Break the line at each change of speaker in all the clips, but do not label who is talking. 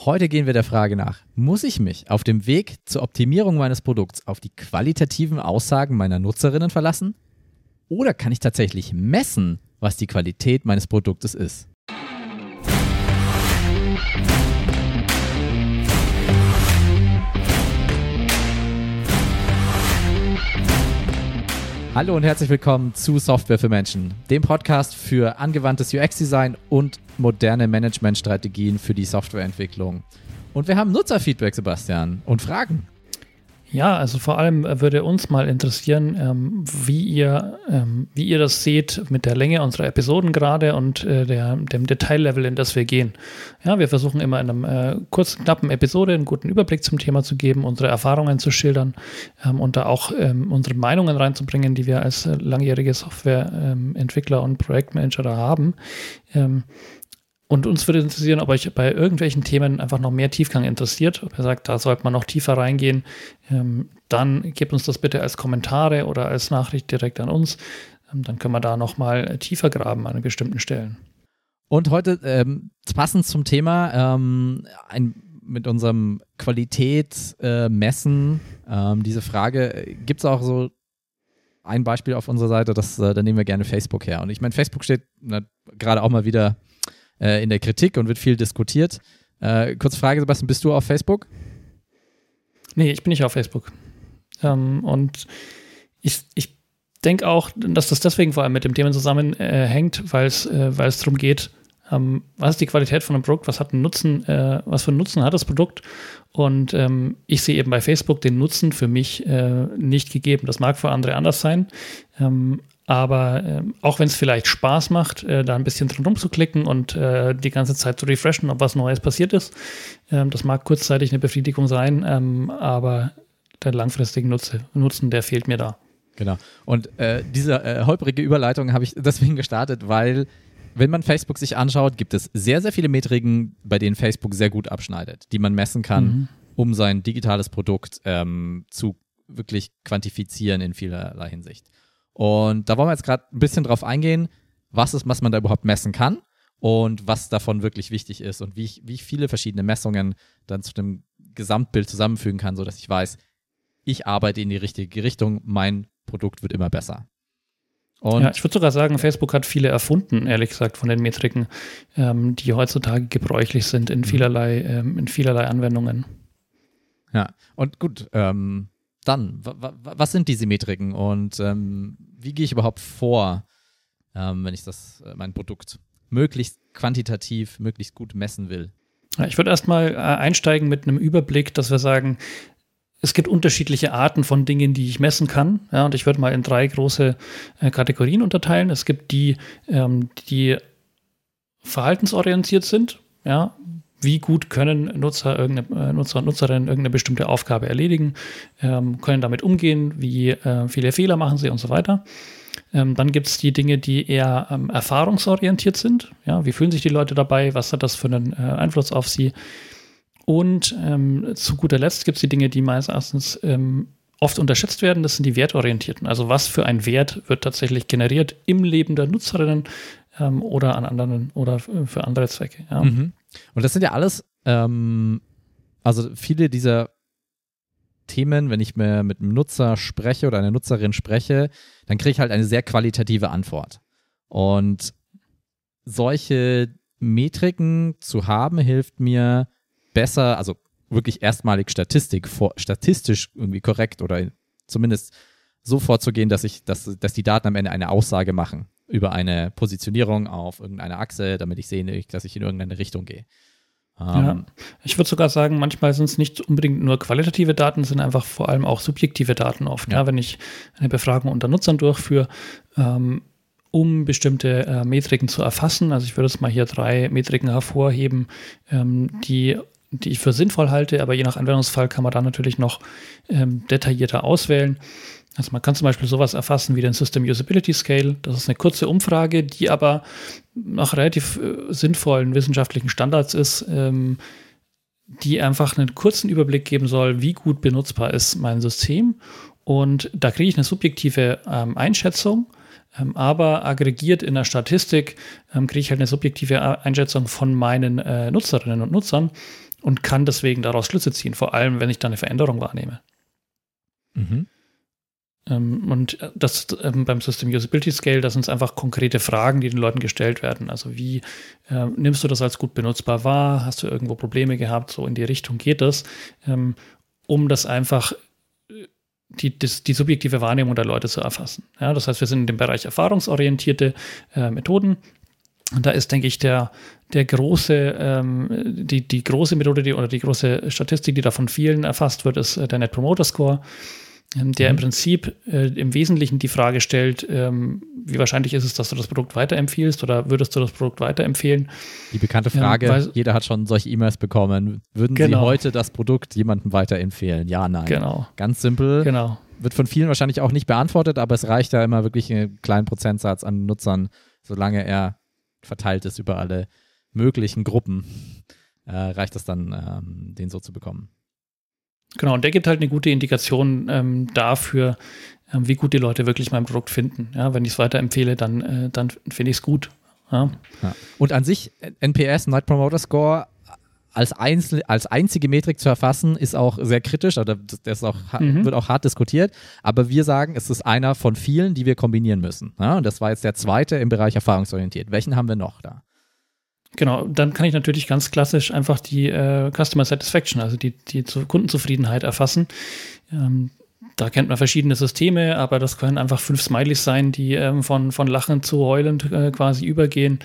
Heute gehen wir der Frage nach, muss ich mich auf dem Weg zur Optimierung meines Produkts auf die qualitativen Aussagen meiner Nutzerinnen verlassen? Oder kann ich tatsächlich messen, was die Qualität meines Produktes ist? Hallo und herzlich willkommen zu Software für Menschen, dem Podcast für angewandtes UX-Design und moderne Managementstrategien für die Softwareentwicklung. Und wir haben Nutzerfeedback, Sebastian, und Fragen.
Ja, also vor allem würde uns mal interessieren, wie ihr das seht mit der Länge unserer Episoden gerade und dem Detaillevel, in das wir gehen. Ja, wir versuchen immer in einer kurzen, knappen Episode einen guten Überblick zum Thema zu geben, unsere Erfahrungen zu schildern und da auch unsere Meinungen reinzubringen, die wir als langjährige Softwareentwickler und Projektmanager da haben. Und uns würde interessieren, ob euch bei irgendwelchen Themen einfach noch mehr Tiefgang interessiert. Ob ihr sagt, da sollte man noch tiefer reingehen, dann gebt uns das bitte als Kommentare oder als Nachricht direkt an uns. Dann können wir da nochmal tiefer graben an bestimmten Stellen.
Und heute, passend zum Thema, mit unserem Qualitätsmessen, diese Frage, gibt es auch so ein Beispiel auf unserer Seite, da nehmen wir gerne Facebook her. Und ich meine, Facebook steht gerade auch mal wieder in der Kritik und wird viel diskutiert. Kurze Frage, Sebastian, bist du auf Facebook?
Nee, ich bin nicht auf Facebook. Und ich denke auch, dass das deswegen vor allem mit dem Thema zusammenhängt, weil es darum geht, was ist die Qualität von einem Produkt, was für einen Nutzen hat das Produkt, und ich sehe eben bei Facebook den Nutzen für mich nicht gegeben. Das mag für andere anders sein, aber auch wenn es vielleicht Spaß macht, da ein bisschen drin rumzuklicken und die ganze Zeit zu refreshen, ob was Neues passiert ist, das mag kurzzeitig eine Befriedigung sein, aber der langfristige Nutzen, der fehlt mir da.
Genau. Und diese holprige Überleitung habe ich deswegen gestartet, weil, wenn man Facebook sich anschaut, gibt es sehr, sehr viele Metriken, bei denen Facebook sehr gut abschneidet, die man messen kann, um sein digitales Produkt zu wirklich quantifizieren in vielerlei Hinsicht. Und da wollen wir jetzt gerade ein bisschen drauf eingehen, was man da überhaupt messen kann und was davon wirklich wichtig ist und wie ich viele verschiedene Messungen dann zu dem Gesamtbild zusammenfügen kann, sodass ich weiß, ich arbeite in die richtige Richtung, mein Produkt wird immer besser. Und
ja, ich würde sogar sagen, Facebook hat viele erfunden, ehrlich gesagt, von den Metriken, die heutzutage gebräuchlich sind in vielerlei Anwendungen.
Ja, und gut, dann, was sind diese Metriken und wie gehe ich überhaupt vor, wenn ich mein Produkt möglichst quantitativ, möglichst gut messen will?
Ja, ich würde erstmal einsteigen mit einem Überblick, dass wir sagen, es gibt unterschiedliche Arten von Dingen, die ich messen kann. Ja, und ich würde mal in 3 große Kategorien unterteilen. Es gibt die verhaltensorientiert sind. Ja, wie gut können Nutzer und Nutzerinnen irgendeine bestimmte Aufgabe erledigen, können damit umgehen, wie viele Fehler machen sie und so weiter. Dann gibt es die Dinge, die eher erfahrungsorientiert sind. Ja, wie fühlen sich die Leute dabei? Was hat das für einen Einfluss auf sie? Und zu guter Letzt gibt es die Dinge, die meines Erachtens oft unterschätzt werden. Das sind die wertorientierten. Also was für ein Wert wird tatsächlich generiert im Leben der Nutzerinnen oder an anderen oder für andere Zwecke. Ja.
Und das sind ja alles, also viele dieser Themen, wenn ich mir mit einem Nutzer spreche oder einer Nutzerin spreche, dann kriege ich halt eine sehr qualitative Antwort. Und solche Metriken zu haben, hilft mir besser, also wirklich erstmalig statistisch irgendwie korrekt oder zumindest so vorzugehen, dass die Daten am Ende eine Aussage machen über eine Positionierung auf irgendeine Achse, damit ich sehe, dass ich in irgendeine Richtung gehe.
Ja, ich würde sogar sagen, manchmal sind es nicht unbedingt nur qualitative Daten, sind einfach vor allem auch subjektive Daten oft. Ja. Ja, wenn ich eine Befragung unter Nutzern durchführe, um bestimmte Metriken zu erfassen. Also ich würde jetzt mal hier 3 Metriken hervorheben, die ich für sinnvoll halte, aber je nach Anwendungsfall kann man da natürlich noch detaillierter auswählen. Also man kann zum Beispiel sowas erfassen wie den System Usability Scale. Das ist eine kurze Umfrage, die aber nach relativ sinnvollen wissenschaftlichen Standards ist, die einfach einen kurzen Überblick geben soll, wie gut benutzbar ist mein System. Und da kriege ich eine subjektive Einschätzung, aber aggregiert in der Statistik kriege ich halt eine subjektive Einschätzung von meinen Nutzerinnen und Nutzern. und kann deswegen daraus Schlüsse ziehen, vor allem, wenn ich dann eine Veränderung wahrnehme.
Mhm.
Und das beim System Usability Scale, das sind einfach konkrete Fragen, die den Leuten gestellt werden. Also wie nimmst du das als gut benutzbar wahr? Hast du irgendwo Probleme gehabt? So in die Richtung geht das, um das einfach die subjektive Wahrnehmung der Leute zu erfassen. Ja, das heißt, wir sind in dem Bereich erfahrungsorientierte Methoden. Und da ist, denke ich, die große Methode oder die große Statistik, die da von vielen erfasst wird, ist der Net Promoter Score, der im Prinzip im Wesentlichen die Frage stellt, wie wahrscheinlich ist es, dass du das Produkt weiterempfiehlst oder würdest du das Produkt weiterempfehlen?
Die bekannte Frage, jeder hat schon solche E-Mails bekommen. Würden Sie heute das Produkt jemandem weiterempfehlen? Ja, nein.
Genau.
Ganz simpel.
Genau.
Wird von vielen wahrscheinlich auch nicht beantwortet, aber es reicht ja immer wirklich einen kleinen Prozentsatz an Nutzern, solange er verteilt ist über alle möglichen Gruppen, reicht es dann, den so zu bekommen.
Genau, und der gibt halt eine gute Indikation dafür, wie gut die Leute wirklich mein Produkt finden. Ja, wenn ich es weiterempfehle, dann finde ich es gut. Ja.
Ja. Und an sich, NPS, Net Promoter Score, als einzige Metrik zu erfassen, ist auch sehr kritisch, oder das auch, wird auch hart diskutiert, aber wir sagen, es ist einer von vielen, die wir kombinieren müssen. Ja? Und das war jetzt der zweite im Bereich erfahrungsorientiert. Welchen haben wir noch da?
Genau, dann kann ich natürlich ganz klassisch einfach die Customer Satisfaction, also die Kundenzufriedenheit erfassen. Da kennt man verschiedene Systeme, aber das können einfach 5 Smileys sein, die von lachend zu heulend quasi übergehen.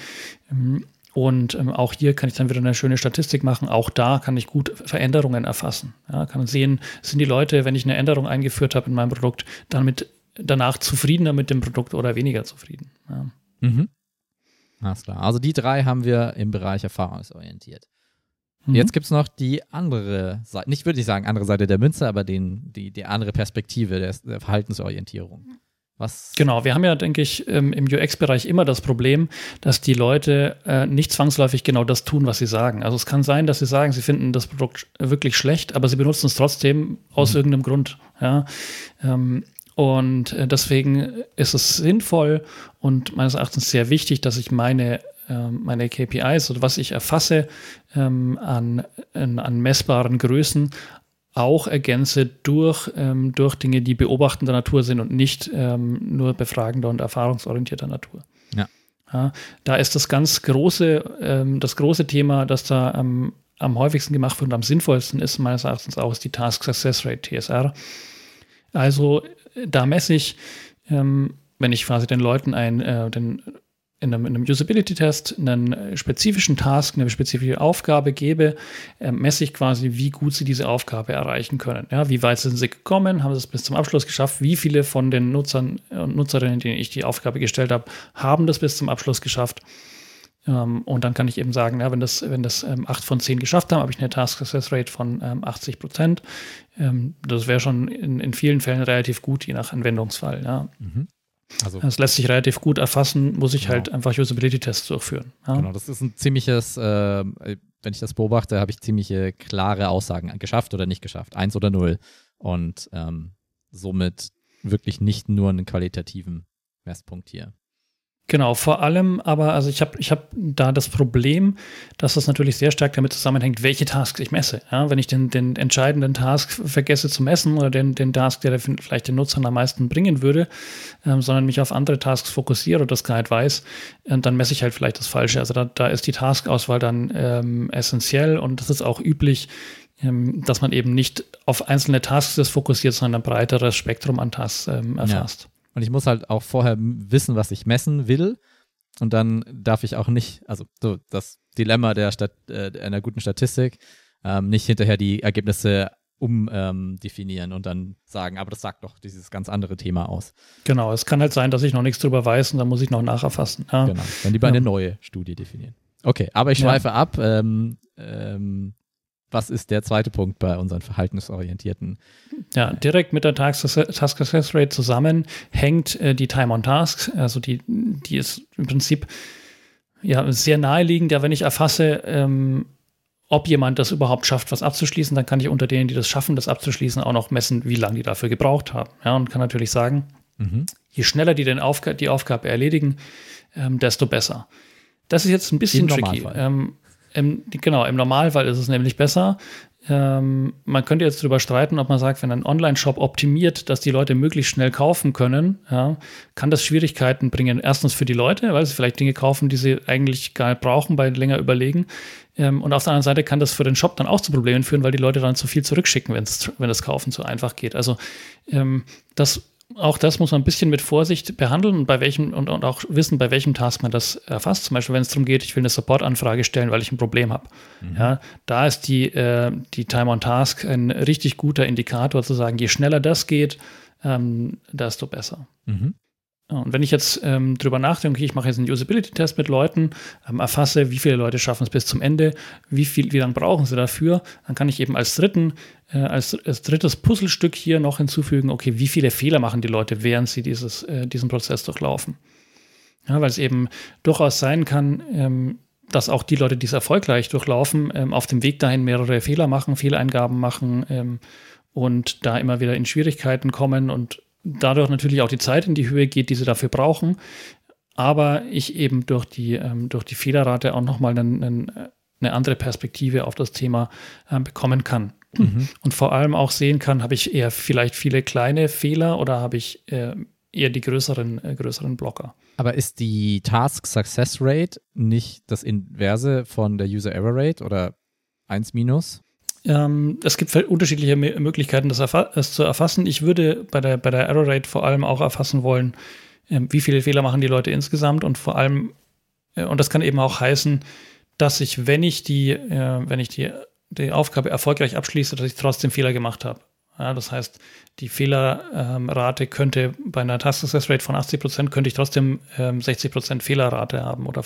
Und auch hier kann ich dann wieder eine schöne Statistik machen. Auch da kann ich gut Veränderungen erfassen. Ja, kann sehen, sind die Leute, wenn ich eine Änderung eingeführt habe in meinem Produkt, danach zufriedener mit dem Produkt oder weniger zufrieden. Ja.
Mhm. Alles klar. Also die 3 haben wir im Bereich erfahrungsorientiert. Jetzt gibt es noch die andere Seite, nicht würde ich sagen andere Seite der Münze, aber die andere Perspektive der Verhaltensorientierung. Was?
Genau, wir haben ja, denke ich, im UX-Bereich immer das Problem, dass die Leute nicht zwangsläufig genau das tun, was sie sagen. Also es kann sein, dass sie sagen, sie finden das Produkt wirklich schlecht, aber sie benutzen es trotzdem aus irgendeinem Grund. Ja? Und deswegen ist es sinnvoll und meines Erachtens sehr wichtig, dass ich meine KPIs oder was ich erfasse an messbaren Größen auch ergänze durch Dinge, die beobachtender Natur sind und nicht nur befragender und erfahrungsorientierter Natur.
Ja.
Ja, da ist das große Thema, das da am häufigsten gemacht wird und am sinnvollsten ist, meines Erachtens auch, ist die Task Success Rate, TSR. Also da messe ich, wenn ich quasi den Leuten in einem Usability-Test einen spezifischen Task, eine spezifische Aufgabe gebe, messe ich quasi, wie gut sie diese Aufgabe erreichen können. Ja, wie weit sind sie gekommen, haben sie es bis zum Abschluss geschafft, wie viele von den Nutzern und Nutzerinnen, denen ich die Aufgabe gestellt habe, haben das bis zum Abschluss geschafft. Und dann kann ich eben sagen, ja, wenn das 8 von 10 geschafft haben, habe ich eine Task Success Rate von 80%. Das wäre schon in vielen Fällen relativ gut, je nach Anwendungsfall. Ja. Also, das lässt sich relativ gut erfassen, muss ich halt einfach Usability-Tests durchführen. Ja.
Genau, das ist ein ziemliches, wenn ich das beobachte, habe ich ziemliche klare Aussagen, geschafft oder nicht geschafft, 1 oder 0. Und somit wirklich nicht nur einen qualitativen Messpunkt hier.
Genau, vor allem aber, also ich hab da das Problem, dass das natürlich sehr stark damit zusammenhängt, welche Tasks ich messe. Ja, wenn ich den entscheidenden Task vergesse zu messen oder den Task, der vielleicht den Nutzern am meisten bringen würde, sondern mich auf andere Tasks fokussiere und das gar nicht weiß, dann messe ich halt vielleicht das Falsche. Also da ist die Task-Auswahl dann essentiell und das ist auch üblich, dass man eben nicht auf einzelne Tasks fokussiert, sondern ein breiteres Spektrum an Tasks erfasst.
Ja. Und ich muss halt auch vorher wissen, was ich messen will. Und dann darf ich auch nicht, also so das Dilemma einer guten Statistik, nicht hinterher die Ergebnisse definieren und dann sagen, aber das sagt doch dieses ganz andere Thema aus.
Genau, es kann halt sein, dass ich noch nichts drüber weiß und dann muss ich noch nacherfassen. Ja.
Genau, dann lieber eine neue Studie definieren. Okay, aber ich schweife ab. Was ist der zweite Punkt bei unseren verhaltensorientierten?
Ja, direkt mit der Task Success Rate zusammen hängt die Time on Task. Also die ist im Prinzip sehr naheliegend. Ja, wenn ich erfasse, ob jemand das überhaupt schafft, was abzuschließen, dann kann ich unter denen, die das schaffen, das abzuschließen, auch noch messen, wie lange die dafür gebraucht haben. Ja, und kann natürlich sagen, je schneller die die Aufgabe erledigen, desto besser. Das ist jetzt ein bisschen tricky. Genau, im Normalfall ist es nämlich besser. Man könnte jetzt darüber streiten, ob man sagt, wenn ein Online-Shop optimiert, dass die Leute möglichst schnell kaufen können, ja, kann das Schwierigkeiten bringen. Erstens für die Leute, weil sie vielleicht Dinge kaufen, die sie eigentlich gar nicht brauchen, bei länger Überlegen. Und auf der anderen Seite kann das für den Shop dann auch zu Problemen führen, weil die Leute dann zu viel zurückschicken, wenn das Kaufen zu einfach geht. Also auch das muss man ein bisschen mit Vorsicht behandeln und und auch wissen, bei welchem Task man das erfasst. Zum Beispiel, wenn es darum geht, ich will eine Support-Anfrage stellen, weil ich ein Problem habe. Ja, da ist die Time on Task ein richtig guter Indikator, zu sagen, je schneller das geht, desto besser. Und wenn ich jetzt drüber nachdenke, okay, ich mache jetzt einen Usability-Test mit Leuten, erfasse, wie viele Leute schaffen es bis zum Ende, wie lange brauchen sie dafür, dann kann ich eben als drittes Puzzlestück hier noch hinzufügen, okay, wie viele Fehler machen die Leute, während sie diesen Prozess durchlaufen. Ja, weil es eben durchaus sein kann, dass auch die Leute, die es erfolgreich durchlaufen, auf dem Weg dahin mehrere Fehler machen, Fehleingaben machen und da immer wieder in Schwierigkeiten kommen und dadurch natürlich auch die Zeit in die Höhe geht, die sie dafür brauchen, aber ich eben durch die Fehlerrate auch nochmal eine andere Perspektive auf das Thema bekommen kann. Und vor allem auch sehen kann, habe ich eher vielleicht viele kleine Fehler oder habe ich eher die größeren Blocker.
Aber ist die Task Success Rate nicht das Inverse von der User Error Rate oder 1-?
Es gibt unterschiedliche Möglichkeiten, das zu erfassen. Ich würde bei der Error Rate vor allem auch erfassen wollen, wie viele Fehler machen die Leute insgesamt und vor allem, und das kann eben auch heißen, dass ich, wenn ich die Aufgabe erfolgreich abschließe, dass ich trotzdem Fehler gemacht habe. Ja, das heißt, die Fehlerrate könnte bei einer Task Success Rate von 80% könnte ich trotzdem 60% Fehlerrate haben oder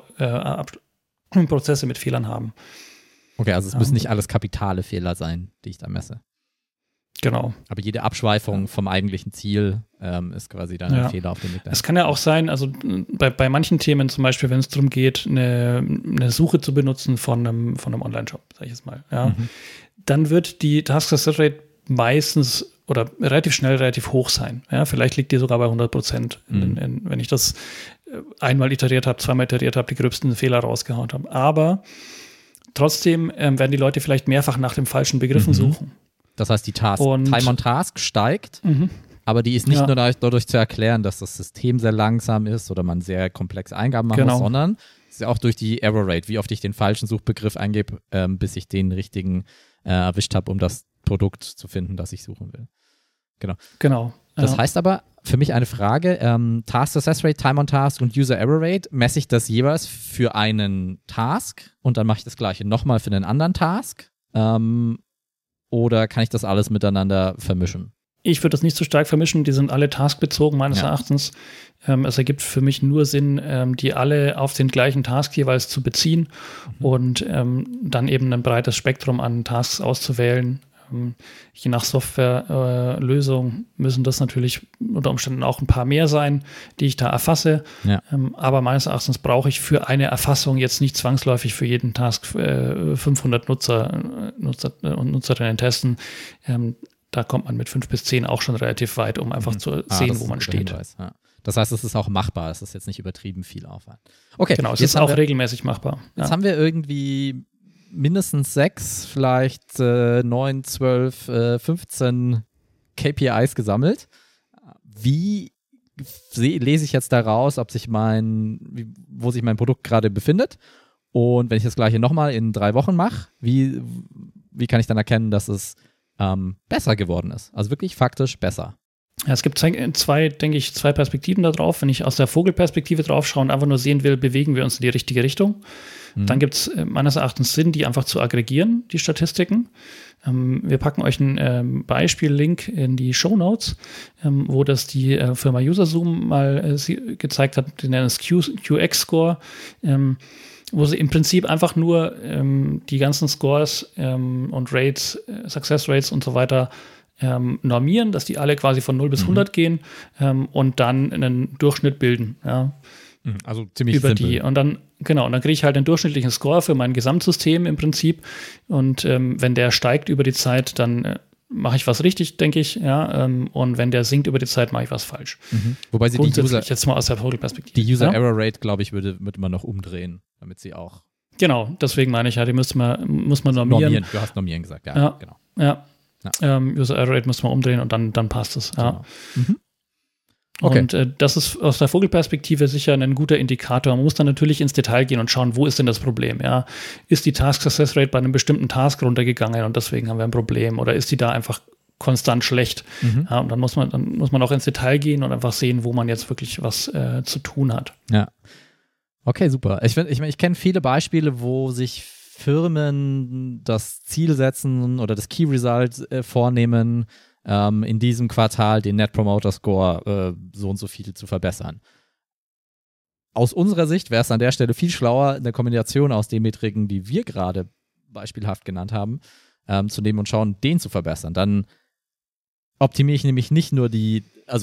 Prozesse mit Fehlern haben.
Okay, also es müssen nicht alles kapitale Fehler sein, die ich da messe.
Genau.
Aber jede Abschweifung vom eigentlichen Ziel ist quasi dann ein Fehler auf dem Weg dahin.
Es kann ja auch sein, also bei manchen Themen, zum Beispiel, wenn es darum geht, eine Suche zu benutzen von einem Online-Shop, sag ich jetzt mal, dann wird die Task Success Rate meistens oder relativ schnell relativ hoch sein. Ja, vielleicht liegt die sogar bei 100%, wenn ich das einmal iteriert habe, zweimal iteriert habe, die gröbsten Fehler rausgehauen habe. Aber trotzdem werden die Leute vielleicht mehrfach nach den falschen Begriffen suchen.
Das heißt, die Time on Task steigt, aber die ist nicht nur dadurch zu erklären, dass das System sehr langsam ist oder man sehr komplexe Eingaben machen muss, sondern es ist ja auch durch die Error Rate, wie oft ich den falschen Suchbegriff eingebe, bis ich den richtigen erwischt habe, um das Produkt zu finden, das ich suchen will. Genau. Das heißt aber, für mich eine Frage, Task Success Rate, Time on Task und User Error Rate, messe ich das jeweils für einen Task und dann mache ich das gleiche nochmal für einen anderen Task? Oder kann ich das alles miteinander vermischen?
Ich würde das nicht so stark vermischen, die sind alle taskbezogen meines Erachtens. Es ergibt für mich nur Sinn, die alle auf den gleichen Task jeweils zu beziehen und dann eben ein breites Spektrum an Tasks auszuwählen. Je nach Softwarelösung müssen das natürlich unter Umständen auch ein paar mehr sein, die ich da erfasse. Ja. Aber meines Erachtens brauche ich für eine Erfassung jetzt nicht zwangsläufig für jeden Task 500 Nutzer und Nutzerinnen testen. Da kommt man mit 5 bis 10 auch schon relativ weit, um einfach zu sehen, wo man steht.
Ja. Das heißt, es ist auch machbar. Es ist jetzt nicht übertrieben viel Aufwand. Okay,
genau, es ist auch regelmäßig machbar.
Jetzt haben wir irgendwie mindestens 6, vielleicht 9, 12, 15 KPIs gesammelt. Wie lese ich jetzt daraus, wo sich mein Produkt gerade befindet? Und wenn ich das gleiche nochmal in 3 Wochen mache, wie kann ich dann erkennen, dass es besser geworden ist? Also wirklich faktisch besser.
Ja, es gibt zwei Perspektiven da drauf. Wenn ich aus der Vogelperspektive drauf schaue und einfach nur sehen will, bewegen wir uns in die richtige Richtung, dann gibt es meines Erachtens Sinn, die einfach zu aggregieren, die Statistiken. Wir packen euch einen Beispiel-Link in die Shownotes, wo das die Firma UserZoom mal gezeigt hat, die nennen es QX-Score, wo sie im Prinzip einfach nur die ganzen Scores und Rates, Success Rates und so weiter normieren, dass die alle quasi von 0 bis 100 gehen und dann einen Durchschnitt bilden. Ja.
Also ziemlich
über
simpel.
Und dann kriege ich halt einen durchschnittlichen Score für mein Gesamtsystem im Prinzip. Und wenn der steigt über die Zeit, dann mache ich was richtig, denke ich. Ja. Und wenn der sinkt über die Zeit, mache ich was falsch.
Wobei sie
jetzt mal aus der Vogelperspektive.
Die User Error Rate, glaube ich, würde man noch umdrehen, damit sie auch
Genau, deswegen meine ich ja, die muss man normieren.
Du hast normieren gesagt, ja. Genau.
Ja. User Error Rate muss man umdrehen und dann passt es. Ja.
Genau. Okay.
Und das ist aus der Vogelperspektive sicher ein guter Indikator. Man muss dann natürlich ins Detail gehen und schauen, wo ist denn das Problem? Ja? Ist die Task Success Rate bei einem bestimmten Task runtergegangen und deswegen haben wir ein Problem? Oder ist die da einfach konstant schlecht? Ja, und dann muss man auch ins Detail gehen und einfach sehen, wo man jetzt wirklich was zu tun hat.
Ja. Okay, super. Ich kenne viele Beispiele, wo sich Firmen das Ziel setzen oder das Key Result vornehmen, in diesem Quartal den Net Promoter Score so und so viel zu verbessern. Aus unserer Sicht wäre es an der Stelle viel schlauer, eine Kombination aus den Metriken, die wir gerade beispielhaft genannt haben, zu nehmen und schauen, den zu verbessern. Dann optimiere ich nämlich nicht nur ich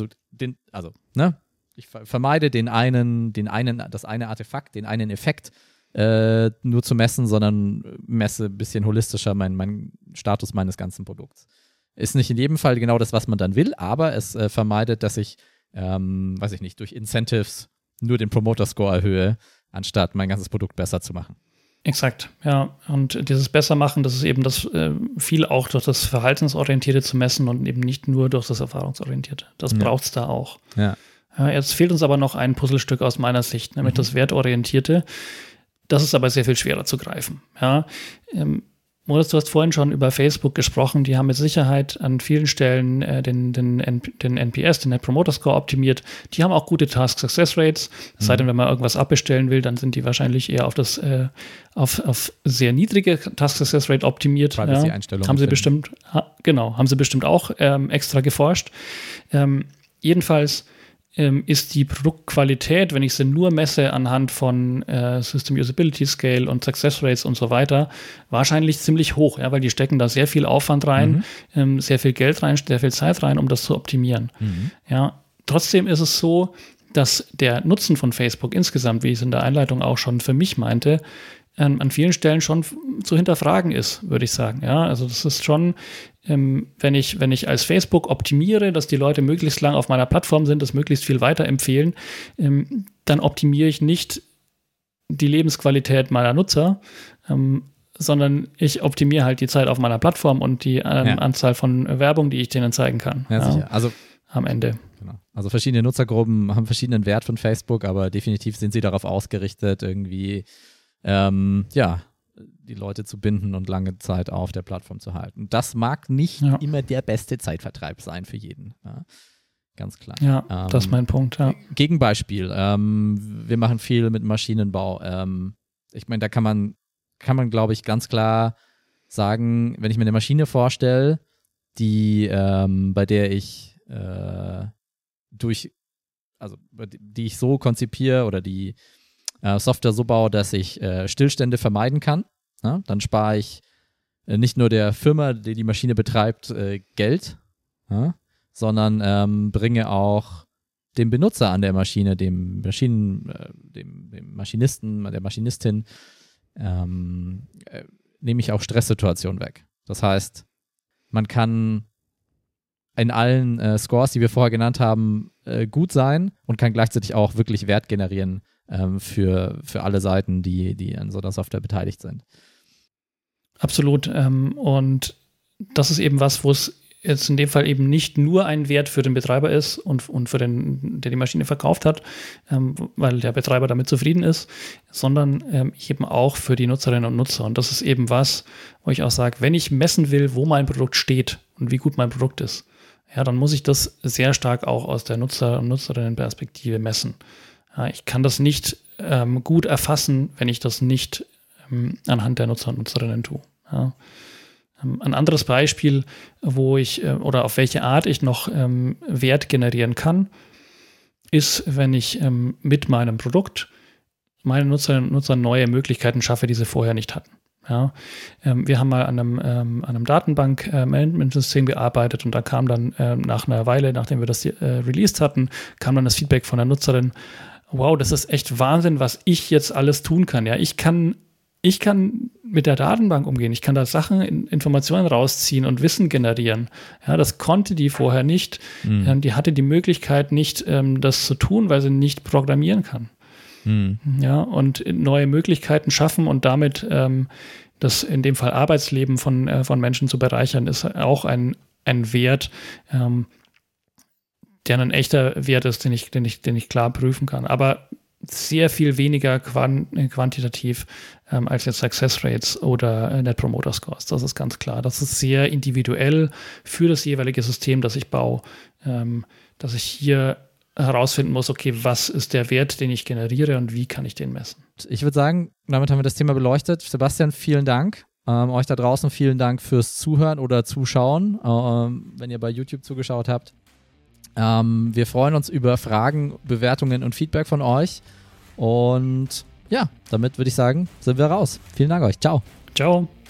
vermeide das eine Artefakt, den einen Effekt nur zu messen, sondern messe ein bisschen holistischer meinen Status meines ganzen Produkts. Ist nicht in jedem Fall genau das, was man dann will, aber es vermeidet, dass ich, durch Incentives nur den Promoter-Score erhöhe, anstatt mein ganzes Produkt besser zu machen.
Exakt, ja. Und dieses Bessermachen, das ist eben das viel auch durch das Verhaltensorientierte zu messen und eben nicht nur durch das Erfahrungsorientierte. Das braucht es da auch.
Ja.
Jetzt fehlt uns aber noch ein Puzzlestück aus meiner Sicht, nämlich das Wertorientierte. Das ist aber sehr viel schwerer zu greifen. Ja. Moritz, du hast vorhin schon über Facebook gesprochen. Die haben mit Sicherheit an vielen Stellen den NPS, den Net Promoter Score optimiert. Die haben auch gute Task Success Rates. Es sei denn, wenn man irgendwas abbestellen will, dann sind die wahrscheinlich eher auf das auf sehr niedrige Task Success Rate optimiert.
Privacy-Einstellungen.
Haben sie bestimmt, haben sie bestimmt auch extra geforscht. Jedenfalls ist die Produktqualität, wenn ich sie nur messe anhand von System Usability Scale und Success Rates und so weiter, wahrscheinlich ziemlich hoch, ja, weil die stecken da sehr viel Aufwand rein, sehr viel Geld rein, sehr viel Zeit rein, um das zu optimieren. Ja, trotzdem ist es so, dass der Nutzen von Facebook insgesamt, wie ich es in der Einleitung auch schon für mich meinte, an vielen Stellen schon zu hinterfragen ist, würde ich sagen. Ja, also das ist schon, wenn ich als Facebook optimiere, dass die Leute möglichst lang auf meiner Plattform sind, das möglichst viel weiterempfehlen, dann optimiere ich nicht die Lebensqualität meiner Nutzer, sondern ich optimiere halt die Zeit auf meiner Plattform und die Anzahl von Werbung, die ich denen zeigen kann.
Ja, sicher. Also
am Ende.
Genau. Also verschiedene Nutzergruppen haben verschiedenen Wert von Facebook, aber definitiv sind sie darauf ausgerichtet, irgendwie die Leute zu binden und lange Zeit auf der Plattform zu halten. Das mag nicht immer der beste Zeitvertreib sein für jeden. Ja? Ganz klar.
Ja, das ist mein Punkt. Ja.
Gegenbeispiel. Wir machen viel mit Maschinenbau. Ich meine, da kann man, glaube ich, ganz klar sagen, wenn ich mir eine Maschine vorstelle, bei der ich die ich so konzipiere oder die Software so baue, dass ich Stillstände vermeiden kann. Ja? Dann spare ich nicht nur der Firma, die die Maschine betreibt, Geld, sondern bringe auch dem Benutzer an der Maschine, dem Maschinisten, der Maschinistin, nehme ich auch Stresssituationen weg. Das heißt, man kann in allen Scores, die wir vorher genannt haben, gut sein und kann gleichzeitig auch wirklich Wert generieren für alle Seiten, die an so einer Software beteiligt sind.
Absolut. Und das ist eben was, wo es jetzt in dem Fall eben nicht nur ein Wert für den Betreiber ist und für den, der die Maschine verkauft hat, weil der Betreiber damit zufrieden ist, sondern eben auch für die Nutzerinnen und Nutzer. Und das ist eben was, wo ich auch sage, wenn ich messen will, wo mein Produkt steht und wie gut mein Produkt ist, ja, dann muss ich das sehr stark auch aus der Nutzer- und Nutzerinnenperspektive messen. Ja, ich kann das nicht gut erfassen, wenn ich das nicht anhand der Nutzer und Nutzerinnen tue. Ja. Ein anderes Beispiel, wo ich oder auf welche Art ich noch Wert generieren kann, ist, wenn ich mit meinem Produkt meine Nutzerinnen und Nutzer neue Möglichkeiten schaffe, die sie vorher nicht hatten. Ja, wir haben mal an einem Datenbank-Management-System gearbeitet und da kam dann nach einer Weile, nachdem wir das released hatten, kam dann das Feedback von der Nutzerin: Wow, das ist echt Wahnsinn, was ich jetzt alles tun kann. Ja, ich kann mit der Datenbank umgehen. Ich kann da Sachen, Informationen rausziehen und Wissen generieren. Ja, das konnte die vorher nicht. Die hatte die Möglichkeit nicht, das zu tun, weil sie nicht programmieren kann. Ja, und neue Möglichkeiten schaffen und damit das in dem Fall Arbeitsleben von Menschen zu bereichern, ist auch ein Wert, der ein echter Wert ist, den ich klar prüfen kann. Aber sehr viel weniger quantitativ als jetzt Success Rates oder Net Promoter Scores. Das ist ganz klar. Das ist sehr individuell für das jeweilige System, das ich baue, dass ich hier herausfinden muss, okay, was ist der Wert, den ich generiere und wie kann ich den messen?
Ich würde sagen, damit haben wir das Thema beleuchtet. Sebastian, vielen Dank. Euch da draußen vielen Dank fürs Zuhören oder Zuschauen, wenn ihr bei YouTube zugeschaut habt. Wir freuen uns über Fragen, Bewertungen und Feedback von euch. Und ja, damit würde ich sagen, sind wir raus. Vielen Dank euch. Ciao.
Ciao.